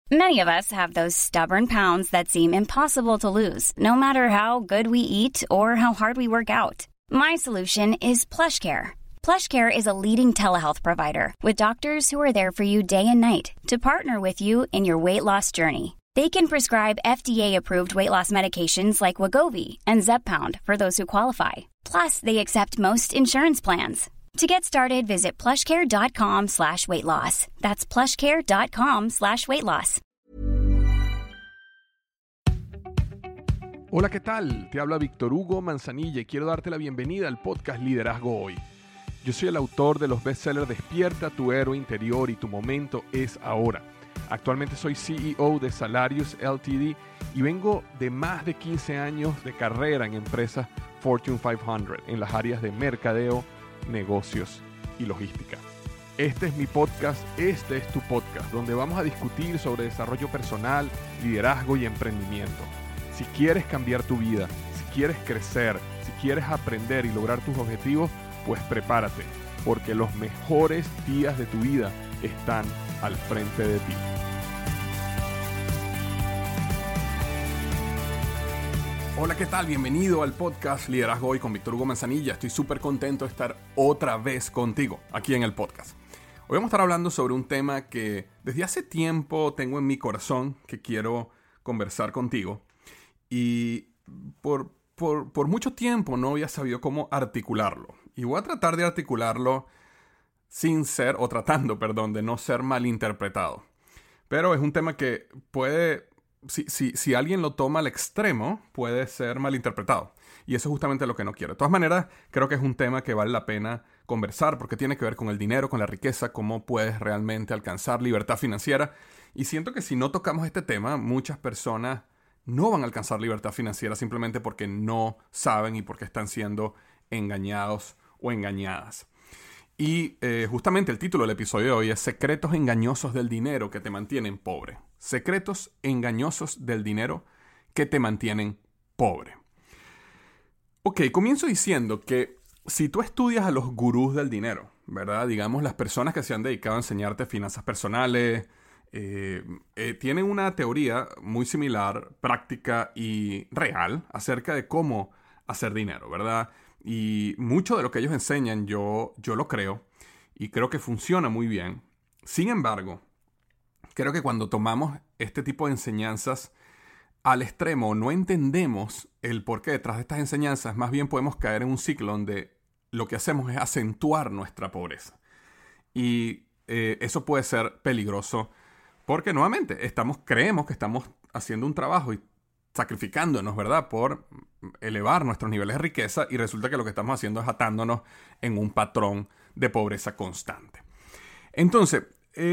Many of us have those stubborn pounds that seem impossible to lose, no matter how good we eat or how hard we work out. My solution is PlushCare. PlushCare is a leading telehealth provider with doctors who are there for you day and night to partner with you in your weight loss journey. They can prescribe FDA-approved weight loss medications like Wegovy and Zepbound for those who qualify. Plus, they accept most insurance plans. To get started, visit plushcare.com/weightloss. That's plushcare.com/weightloss. Hola, ¿qué tal? Te habla Víctor Hugo Manzanilla y quiero darte la bienvenida al podcast Liderazgo Hoy. Yo soy el autor de los bestsellers Despierta tu héroe interior y Tu momento es ahora. Actualmente soy CEO de Salarius Ltd. y vengo de más de 15 años de carrera en empresas Fortune 500 en las áreas de mercadeo, negocios y logística. Este es mi podcast, este es tu podcast, donde vamos a discutir sobre desarrollo personal, liderazgo y emprendimiento. Si quieres cambiar tu vida, si quieres crecer, si quieres aprender y lograr tus objetivos, pues prepárate, porque los mejores días de tu vida están al frente de ti. Hola, ¿qué tal? Bienvenido al podcast Liderazgo Hoy con Víctor Hugo Manzanilla. Estoy súper contento de estar otra vez contigo aquí en el podcast. Hoy vamos a estar hablando sobre un tema que desde hace tiempo tengo en mi corazón que quiero conversar contigo. Y por mucho tiempo no había sabido cómo articularlo. Y voy a tratar de articularlo tratando de no ser malinterpretado. Pero es un tema que puede... Si alguien lo toma al extremo, puede ser malinterpretado. Y eso es justamente lo que no quiero. De todas maneras, creo que es un tema que vale la pena conversar porque tiene que ver con el dinero, con la riqueza, cómo puedes realmente alcanzar libertad financiera. Y siento que si no tocamos este tema, muchas personas no van a alcanzar libertad financiera simplemente porque no saben y porque están siendo engañados o engañadas. Y justamente el título del episodio de hoy es Secretos engañosos del dinero que te mantienen pobre. Secretos engañosos del dinero que te mantienen pobre. Ok, comienzo diciendo que si tú estudias a los gurús del dinero, ¿verdad? Digamos, las personas que se han dedicado a enseñarte finanzas personales, tienen una teoría muy similar, práctica y real acerca de cómo hacer dinero, ¿verdad? Y mucho de lo que ellos enseñan yo lo creo y creo que funciona muy bien. Sin embargo, creo que cuando tomamos este tipo de enseñanzas al extremo, no entendemos el porqué detrás de estas enseñanzas, más bien podemos caer en un ciclo donde lo que hacemos es acentuar nuestra pobreza. Y eso puede ser peligroso porque nuevamente creemos que estamos haciendo un trabajo y sacrificándonos, ¿verdad?, por elevar nuestros niveles de riqueza y resulta que lo que estamos haciendo es atándonos en un patrón de pobreza constante. Entonces,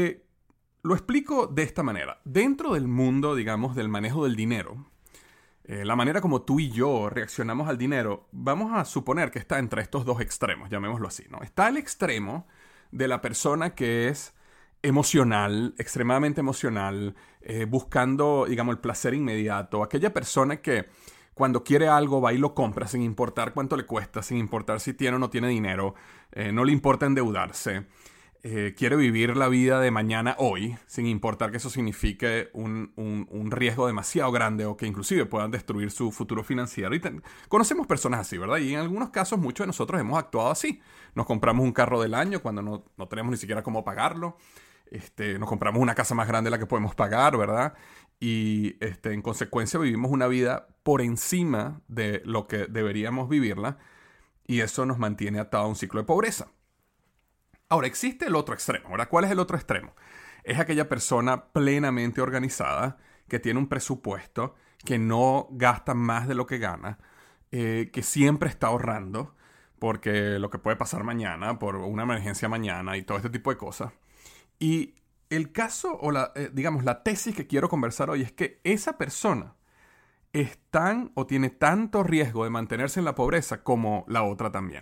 lo explico de esta manera. Dentro del mundo, digamos, del manejo del dinero, la manera como tú y yo reaccionamos al dinero, vamos a suponer que está entre estos dos extremos, llamémoslo así, ¿no? Está el extremo de la persona que es emocional, extremadamente emocional, buscando, digamos, el placer inmediato. Aquella persona que cuando quiere algo va y lo compra sin importar cuánto le cuesta, sin importar si tiene o no tiene dinero, no le importa endeudarse. Quiere vivir la vida de mañana hoy, sin importar que eso signifique un riesgo demasiado grande o que inclusive puedan destruir su futuro financiero. Y conocemos personas así, ¿verdad? Y en algunos casos muchos de nosotros hemos actuado así. Nos compramos un carro del año cuando no tenemos ni siquiera cómo pagarlo. Nos compramos una casa más grande de la que podemos pagar, ¿verdad? Y en consecuencia vivimos una vida por encima de lo que deberíamos vivirla y eso nos mantiene atados a un ciclo de pobreza. Ahora, existe el otro extremo, ¿verdad? ¿Cuál es el otro extremo? Es aquella persona plenamente organizada que tiene un presupuesto, que no gasta más de lo que gana, que siempre está ahorrando porque lo que puede pasar mañana, por una emergencia mañana y todo este tipo de cosas. Y el caso o la tesis que quiero conversar hoy es que esa persona es tiene tanto riesgo de mantenerse en la pobreza como la otra también.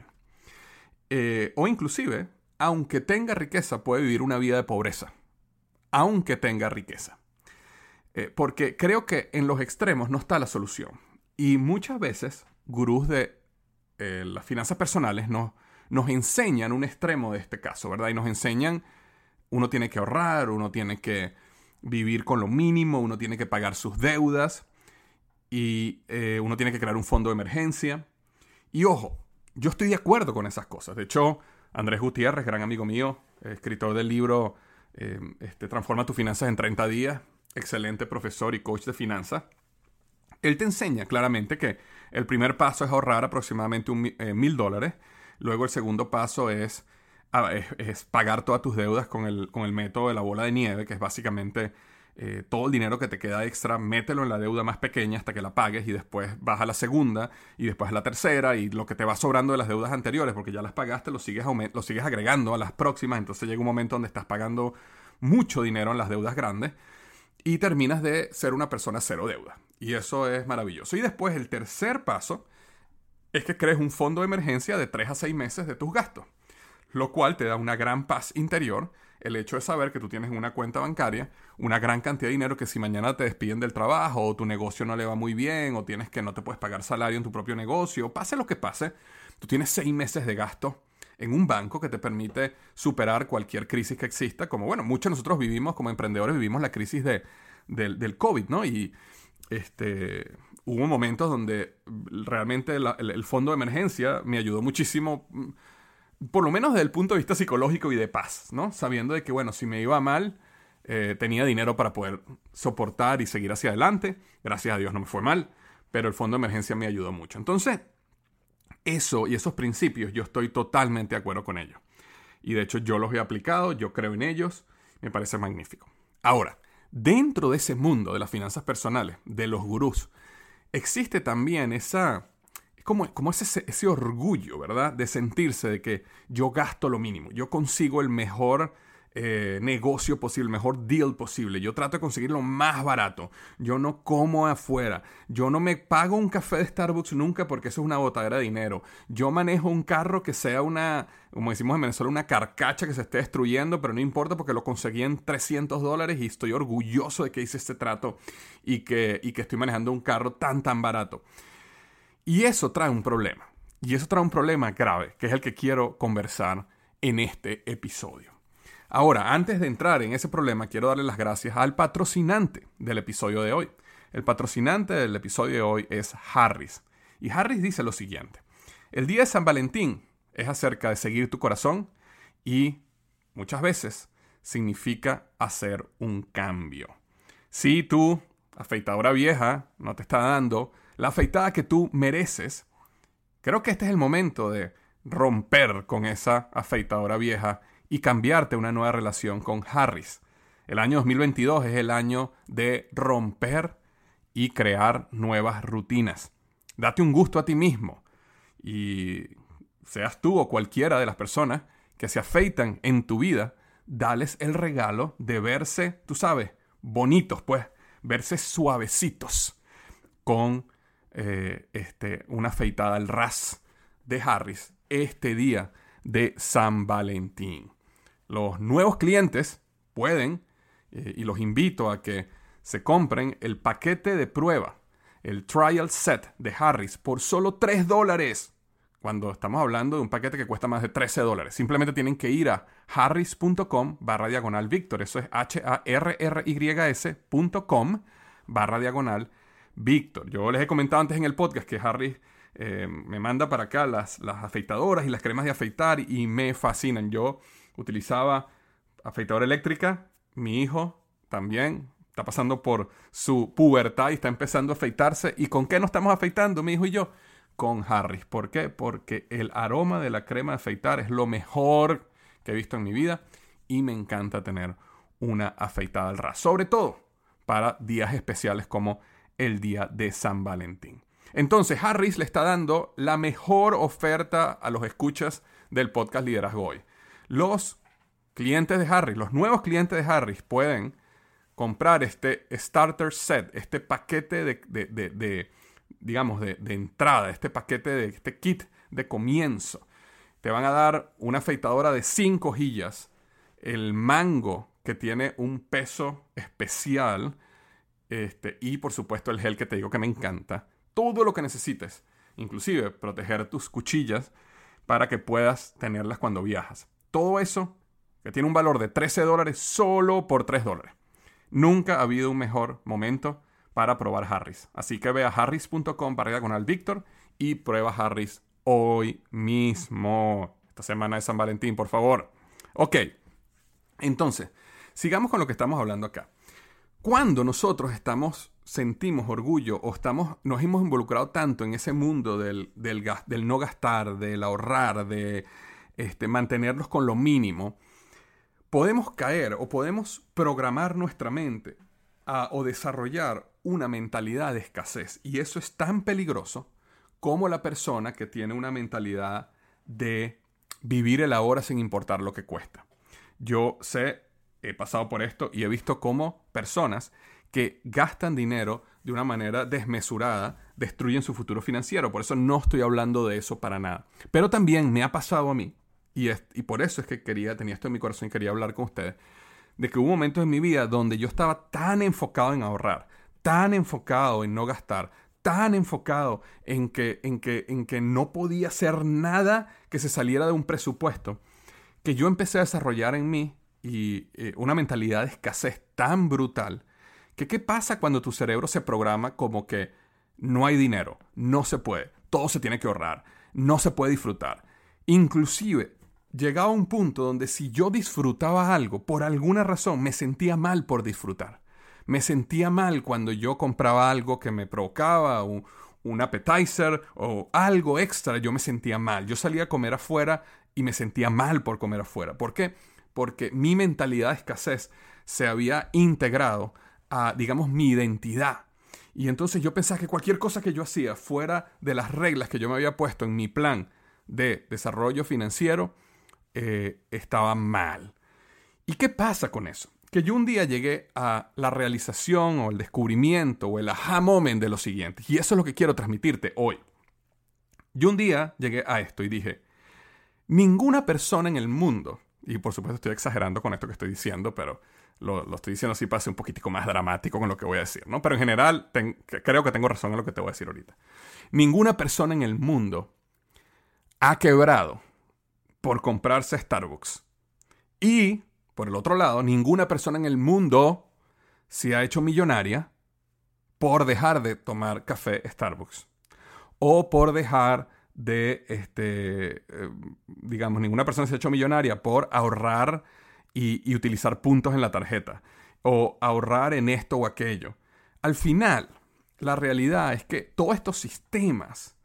O inclusive, aunque tenga riqueza, puede vivir una vida de pobreza. Aunque tenga riqueza. Porque creo que en los extremos no está la solución. Y muchas veces, gurús de las finanzas personales nos enseñan un extremo de este caso, ¿verdad? Y nos enseñan, uno tiene que ahorrar, uno tiene que vivir con lo mínimo, uno tiene que pagar sus deudas y uno tiene que crear un fondo de emergencia. Y ojo, yo estoy de acuerdo con esas cosas. De hecho, Andrés Gutiérrez, gran amigo mío, escritor del libro Transforma tus finanzas en 30 días, excelente profesor y coach de finanzas, él te enseña claramente que el primer paso es ahorrar aproximadamente $1,000. Luego el segundo paso es pagar todas tus deudas con el método de la bola de nieve, que es básicamente todo el dinero que te queda extra, mételo en la deuda más pequeña hasta que la pagues y después vas a la segunda y después a la tercera y lo que te va sobrando de las deudas anteriores, porque ya las pagaste, lo sigues agregando a las próximas. Entonces llega un momento donde estás pagando mucho dinero en las deudas grandes y terminas de ser una persona cero deuda. Y eso es maravilloso. Y después el tercer paso es que crees un fondo de emergencia de 3 a 6 meses de tus gastos, lo cual te da una gran paz interior, el hecho de saber que tú tienes en una cuenta bancaria una gran cantidad de dinero que si mañana te despiden del trabajo o tu negocio no le va muy bien o no te puedes pagar salario en tu propio negocio, pase lo que pase, tú tienes 6 meses de gasto en un banco que te permite superar cualquier crisis que exista, como bueno, muchos de nosotros vivimos como emprendedores, vivimos la crisis del COVID, ¿no? Y hubo momentos donde realmente el fondo de emergencia me ayudó muchísimo, por lo menos desde el punto de vista psicológico y de paz, ¿no? Sabiendo de que, bueno, si me iba mal, tenía dinero para poder soportar y seguir hacia adelante. Gracias a Dios no me fue mal, pero el fondo de emergencia me ayudó mucho. Entonces, eso y esos principios, yo estoy totalmente de acuerdo con ellos. Y de hecho yo los he aplicado, yo creo en ellos, me parece magnífico. Ahora, dentro de ese mundo de las finanzas personales, de los gurús, existe también como ese orgullo, ¿verdad? De sentirse de que yo gasto lo mínimo, yo consigo el mejor negocio posible, el mejor deal posible, yo trato de conseguir lo más barato, yo no como afuera, yo no me pago un café de Starbucks nunca porque eso es una botadera de dinero, yo manejo un carro que sea como decimos en Venezuela, una carcacha que se esté destruyendo, pero no importa porque lo conseguí en $300 y estoy orgulloso de que hice este trato y que estoy manejando un carro tan barato. Y eso trae un problema. Y eso trae un problema grave, que es el que quiero conversar en este episodio. Ahora, antes de entrar en ese problema, quiero darle las gracias al patrocinante del episodio de hoy. El patrocinante del episodio de hoy es Harris. Y Harris dice lo siguiente: el día de San Valentín es acerca de seguir tu corazón y muchas veces significa hacer un cambio. Si tu afeitadora vieja no te está dando la afeitada que tú mereces, creo que este es el momento de romper con esa afeitadora vieja y cambiarte a una nueva relación con Harris. El año 2022 es el año de romper y crear nuevas rutinas. Date un gusto a ti mismo y seas tú o cualquiera de las personas que se afeitan en tu vida, dales el regalo de verse, tú sabes, bonitos, pues, verse suavecitos con una afeitada al ras de Harris este día de San Valentín. Los nuevos clientes pueden, y los invito a que se compren el paquete de prueba, el trial set de Harris por solo $3. Cuando estamos hablando de un paquete que cuesta más de $13. Simplemente tienen que ir a harris.com/Víctor. Eso es harrys.com/Víctor. Yo les he comentado antes en el podcast que Harris me manda para acá las afeitadoras y las cremas de afeitar y me fascinan. Yo utilizaba afeitadora eléctrica, mi hijo también está pasando por su pubertad y está empezando a afeitarse. ¿Y con qué nos estamos afeitando, mi hijo y yo? Con Harris. ¿Por qué? Porque el aroma de la crema de afeitar es lo mejor que he visto en mi vida y me encanta tener una afeitada al ras, sobre todo para días especiales como el día de San Valentín. Entonces, Harris le está dando la mejor oferta a los escuchas del podcast Liderazgo Hoy. Los clientes de Harris, los nuevos clientes de Harris pueden comprar este starter set, este paquete de entrada, este paquete este kit de comienzo. Te van a dar una afeitadora de 5 hojillas, el mango que tiene un peso especial, y por supuesto el gel que te digo que me encanta. Todo lo que necesites, inclusive proteger tus cuchillas para que puedas tenerlas cuando viajas. Todo eso que tiene un valor de $13 solo por $3. Nunca ha habido un mejor momento para probar Harris. Así que ve a harris.com/Víctor y prueba Harris hoy mismo. Esta semana de San Valentín, por favor. Ok, entonces, sigamos con lo que estamos hablando acá. Cuando nosotros sentimos orgullo o nos hemos involucrado tanto en ese mundo del no gastar, del ahorrar, de mantenernos con lo mínimo, podemos caer o podemos programar nuestra mente o desarrollar una mentalidad de escasez. Y eso es tan peligroso como la persona que tiene una mentalidad de vivir el ahora sin importar lo que cuesta. Yo he pasado por esto y he visto cómo personas que gastan dinero de una manera desmesurada destruyen su futuro financiero. Por eso no estoy hablando de eso para nada. Pero también me ha pasado a mí, y por eso es que tenía esto en mi corazón y quería hablar con ustedes, de que hubo momentos en mi vida donde yo estaba tan enfocado en ahorrar, tan enfocado en no gastar, tan enfocado en que no podía hacer nada que se saliera de un presupuesto, que yo empecé a desarrollar en mí una mentalidad de escasez tan brutal, que ¿qué pasa cuando tu cerebro se programa como que no hay dinero, no se puede, todo se tiene que ahorrar, no se puede disfrutar? Inclusive llegaba a un punto donde si yo disfrutaba algo, por alguna razón me sentía mal por disfrutar. Me sentía mal cuando yo compraba algo que me provocaba un appetizer o algo extra, yo me sentía mal. Yo salía a comer afuera y me sentía mal por comer afuera. ¿Por qué? Porque mi mentalidad de escasez se había integrado a, digamos, mi identidad. Y entonces yo pensaba que cualquier cosa que yo hacía fuera de las reglas que yo me había puesto en mi plan de desarrollo financiero, estaba mal. ¿Y qué pasa con eso? Que yo un día llegué a la realización o el descubrimiento o el aha moment de lo siguiente. Y eso es lo que quiero transmitirte hoy. Yo un día llegué a esto y dije, ninguna persona en el mundo, y por supuesto estoy exagerando con esto que estoy diciendo, pero lo estoy diciendo así para ser un poquitico más dramático con lo que voy a decir, ¿no? Pero en general creo que tengo razón en lo que te voy a decir ahorita. Ninguna persona en el mundo ha quebrado por comprarse Starbucks. Y, por el otro lado, ninguna persona en el mundo se ha hecho millonaria por dejar de tomar café Starbucks. O por dejar de, digamos, ninguna persona se ha hecho millonaria por ahorrar y utilizar puntos en la tarjeta. O ahorrar en esto o aquello. Al final, la realidad es que todos estos sistemas,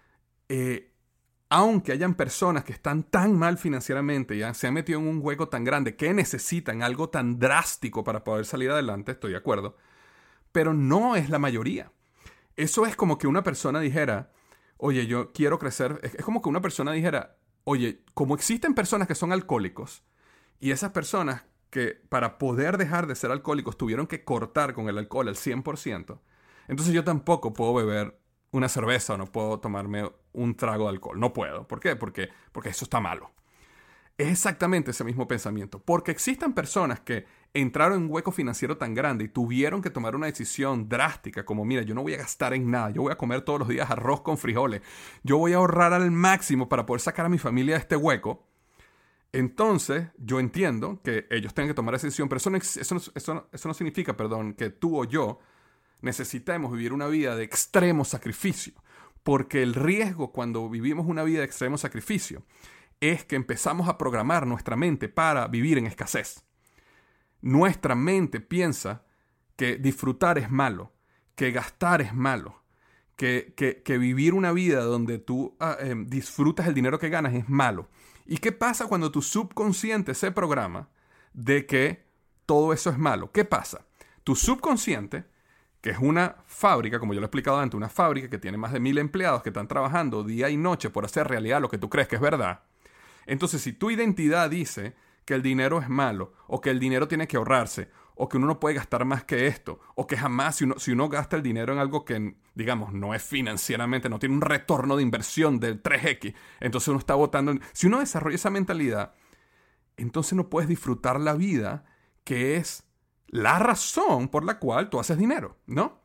aunque hayan personas que están tan mal financieramente y se han metido en un hueco tan grande que necesitan algo tan drástico para poder salir adelante, estoy de acuerdo, pero no es la mayoría. Eso es como que una persona dijera, oye, yo quiero crecer. Es como que una persona dijera, oye, como existen personas que son alcohólicos y esas personas que para poder dejar de ser alcohólicos tuvieron que cortar con el alcohol al 100%, entonces yo tampoco puedo beber una cerveza o no puedo tomarme un trago de alcohol. No puedo. ¿Por qué? Porque eso está malo. Es exactamente ese mismo pensamiento. Porque existen personas que entraron en un hueco financiero tan grande y tuvieron que tomar una decisión drástica como, mira, yo no voy a gastar en nada. Yo voy a comer todos los días arroz con frijoles. Yo voy a ahorrar al máximo para poder sacar a mi familia de este hueco. Entonces, yo entiendo que ellos tengan que tomar esa decisión. Pero eso no significa, que tú o yo necesitamos vivir una vida de extremo sacrificio, porque el riesgo cuando vivimos una vida de extremo sacrificio es que empezamos a programar nuestra mente para vivir en escasez. Nuestra mente piensa que disfrutar es malo, que gastar es malo, que vivir una vida donde tú disfrutas el dinero que ganas es malo. ¿Y qué pasa cuando tu subconsciente se programa de que todo eso es malo? ¿Qué pasa? Tu subconsciente, que es una fábrica, como yo lo he explicado antes, una fábrica que tiene más de 1000 empleados que están trabajando día y noche por hacer realidad lo que tú crees que es verdad. Entonces, si tu identidad dice que el dinero es malo, o que el dinero tiene que ahorrarse, o que uno no puede gastar más que esto, o que jamás, si uno gasta el dinero en algo que, digamos, no es financieramente, no tiene un retorno de inversión del 3X, entonces uno está votando. Si uno desarrolla esa mentalidad, entonces no puedes disfrutar la vida, que es la razón por la cual tú haces dinero, ¿no?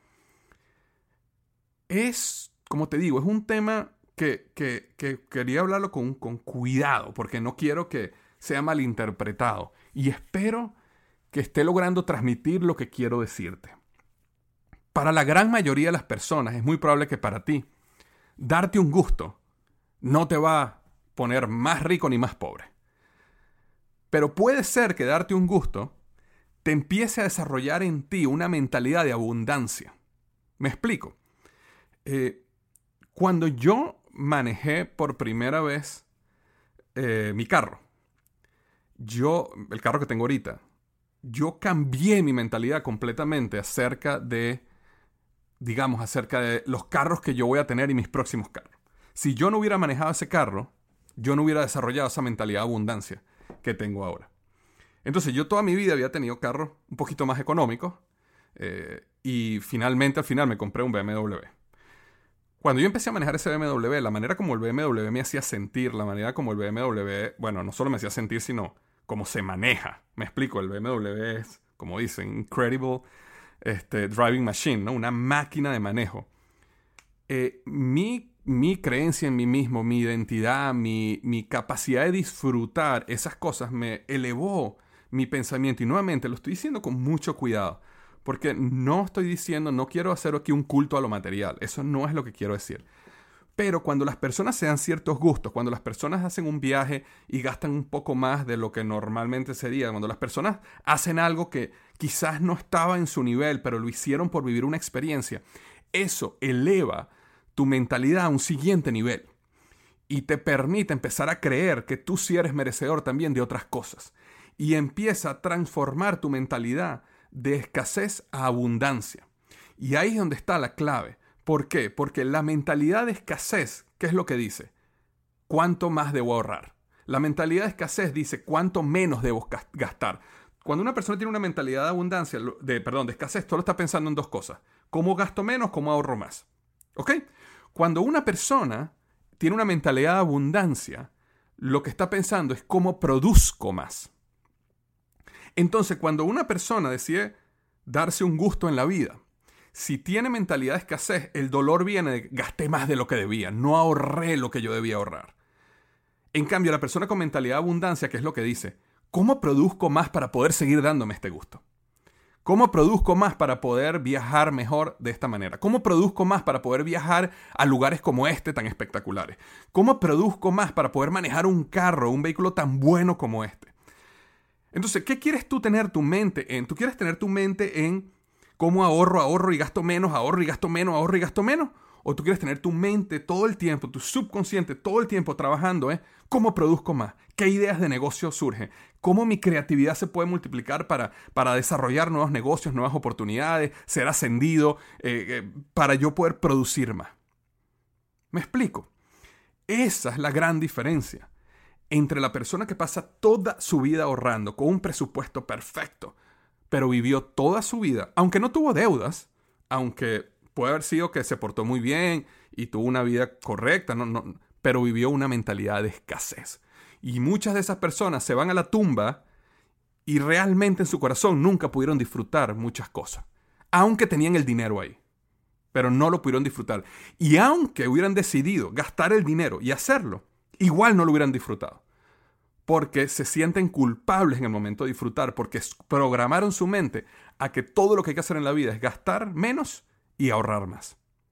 Es, como te digo, es un tema que quería hablarlo con cuidado, porque no quiero que sea malinterpretado. Y espero que esté logrando transmitir lo que quiero decirte. Para la gran mayoría de las personas es muy probable que para ti darte un gusto no te va a poner más rico ni más pobre. Pero puede ser que darte un gusto te empiece a desarrollar en ti una mentalidad de abundancia. ¿Me explico? Cuando yo manejé por primera vez mi carro, el carro que tengo ahorita, yo cambié mi mentalidad completamente acerca de los carros que yo voy a tener y mis próximos carros. Si yo no hubiera manejado ese carro, yo no hubiera desarrollado esa mentalidad de abundancia que tengo ahora. Entonces, yo toda mi vida había tenido carros un poquito más económicos y finalmente, al final, me compré un BMW. Cuando yo empecé a manejar ese BMW, la manera como el BMW me hacía sentir, la manera como el BMW, bueno, no solo me hacía sentir, sino cómo se maneja. Me explico, el BMW es, como dicen, incredible driving machine, ¿no? Una máquina de manejo. Mi creencia en mí mismo, mi identidad, mi capacidad de disfrutar esas cosas me elevó mi pensamiento. Y nuevamente lo estoy diciendo con mucho cuidado, porque no quiero hacer aquí un culto a lo material. Eso no es lo que quiero decir. Pero cuando las personas se dan ciertos gustos, cuando las personas hacen un viaje y gastan un poco más de lo que normalmente sería, cuando las personas hacen algo que quizás no estaba en su nivel, pero lo hicieron por vivir una experiencia, eso eleva tu mentalidad a un siguiente nivel y te permite empezar a creer que tú sí eres merecedor también de otras cosas. Y empieza a transformar tu mentalidad de escasez a abundancia. Y ahí es donde está la clave. ¿Por qué? Porque la mentalidad de escasez, ¿qué es lo que dice? ¿Cuánto más debo ahorrar? La mentalidad de escasez dice cuánto menos debo gastar. Cuando una persona tiene una mentalidad de abundancia, de escasez, solo está pensando en dos cosas. ¿Cómo gasto menos? ¿Cómo ahorro más? ¿Ok? Cuando una persona tiene una mentalidad de abundancia, lo que está pensando es cómo produzco más. Entonces, cuando una persona decide darse un gusto en la vida, si tiene mentalidad de escasez, el dolor viene de gasté más de lo que debía, no ahorré lo que yo debía ahorrar. En cambio, la persona con mentalidad de abundancia, ¿qué es lo que dice? ¿Cómo produzco más para poder seguir dándome este gusto? ¿Cómo produzco más para poder viajar mejor de esta manera? ¿Cómo produzco más para poder viajar a lugares como este tan espectaculares? ¿Cómo produzco más para poder manejar un carro, un vehículo tan bueno como este? Entonces, ¿qué quieres tú tener tu mente en? ¿Tú quieres tener tu mente en cómo ahorro y gasto menos, ahorro y gasto menos, ahorro y gasto menos? ¿O tú quieres tener tu mente todo el tiempo, tu subconsciente todo el tiempo trabajando cómo produzco más? ¿Qué ideas de negocio surgen? ¿Cómo mi creatividad se puede multiplicar para desarrollar nuevos negocios, nuevas oportunidades, ser ascendido, para yo poder producir más? ¿Me explico? Esa es la gran diferencia entre la persona que pasa toda su vida ahorrando con un presupuesto perfecto, pero vivió toda su vida, aunque no tuvo deudas, aunque puede haber sido que se portó muy bien y tuvo una vida correcta, pero vivió una mentalidad de escasez. Y muchas de esas personas se van a la tumba y realmente en su corazón nunca pudieron disfrutar muchas cosas, aunque tenían el dinero ahí, pero no lo pudieron disfrutar. Y aunque hubieran decidido gastar el dinero y hacerlo, igual no lo hubieran disfrutado, porque se sienten culpables en el momento de disfrutar, porque programaron su mente a que todo lo que hay que hacer en la vida es gastar menos y ahorrar más.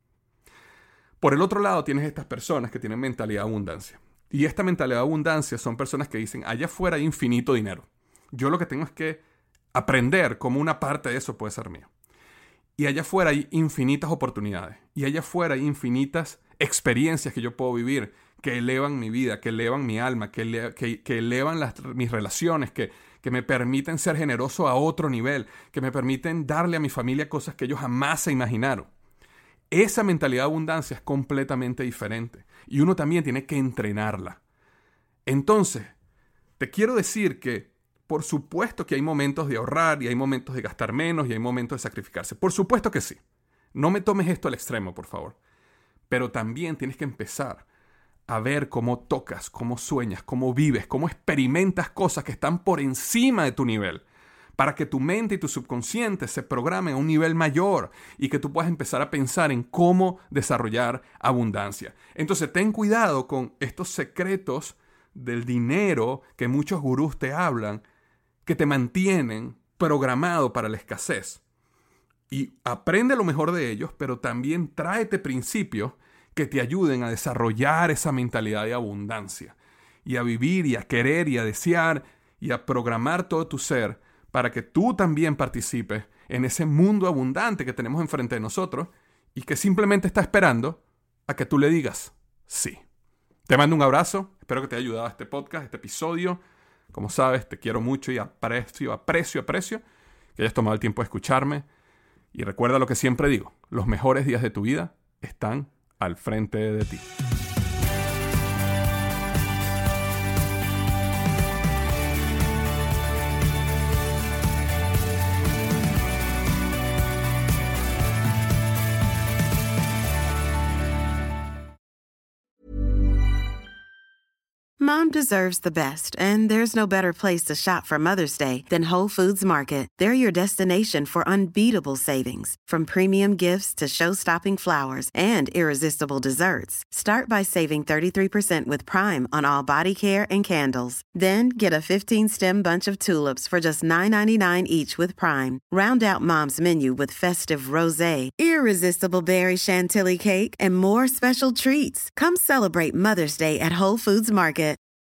Por el otro lado tienes estas personas que tienen mentalidad de abundancia. Y esta mentalidad de abundancia son personas que dicen, allá afuera hay infinito dinero. Yo lo que tengo es que aprender cómo una parte de eso puede ser mío. Y allá afuera hay infinitas oportunidades. Y allá afuera hay infinitas experiencias que yo puedo vivir, que elevan mi vida, que elevan mi alma, que elevan mis relaciones, que me permiten ser generoso a otro nivel, que me permiten darle a mi familia cosas que ellos jamás se imaginaron. Esa mentalidad de abundancia es completamente diferente y uno también tiene que entrenarla. Entonces, te quiero decir que por supuesto que hay momentos de ahorrar y hay momentos de gastar menos y hay momentos de sacrificarse. Por supuesto que sí. No me tomes esto al extremo, por favor. Pero también tienes que empezar a ver cómo tocas, cómo sueñas, cómo vives, cómo experimentas cosas que están por encima de tu nivel, para que tu mente y tu subconsciente se programen a un nivel mayor y que tú puedas empezar a pensar en cómo desarrollar abundancia. Entonces, ten cuidado con estos secretos del dinero que muchos gurús te hablan, que te mantienen programado para la escasez. Y aprende lo mejor de ellos, pero también tráete principios que te ayuden a desarrollar esa mentalidad de abundancia. Y a vivir, y a querer, y a desear, y a programar todo tu ser para que tú también participes en ese mundo abundante que tenemos enfrente de nosotros y que simplemente está esperando a que tú le digas sí. Te mando un abrazo. Espero que te haya ayudado este podcast, este episodio. Como sabes, te quiero mucho y aprecio que hayas tomado el tiempo de escucharme. Y recuerda lo que siempre digo, los mejores días de tu vida están al frente de ti. Mom deserves the best, and there's no better place to shop for Mother's Day than Whole Foods Market. They're your destination for unbeatable savings, from premium gifts to show-stopping flowers and irresistible desserts. Start by saving 33% with Prime on all body care and candles. Then get a 15-stem bunch of tulips for just $9.99 each with Prime. Round out Mom's menu with festive rosé, irresistible berry chantilly cake, and more special treats. Come celebrate Mother's Day at Whole Foods Market.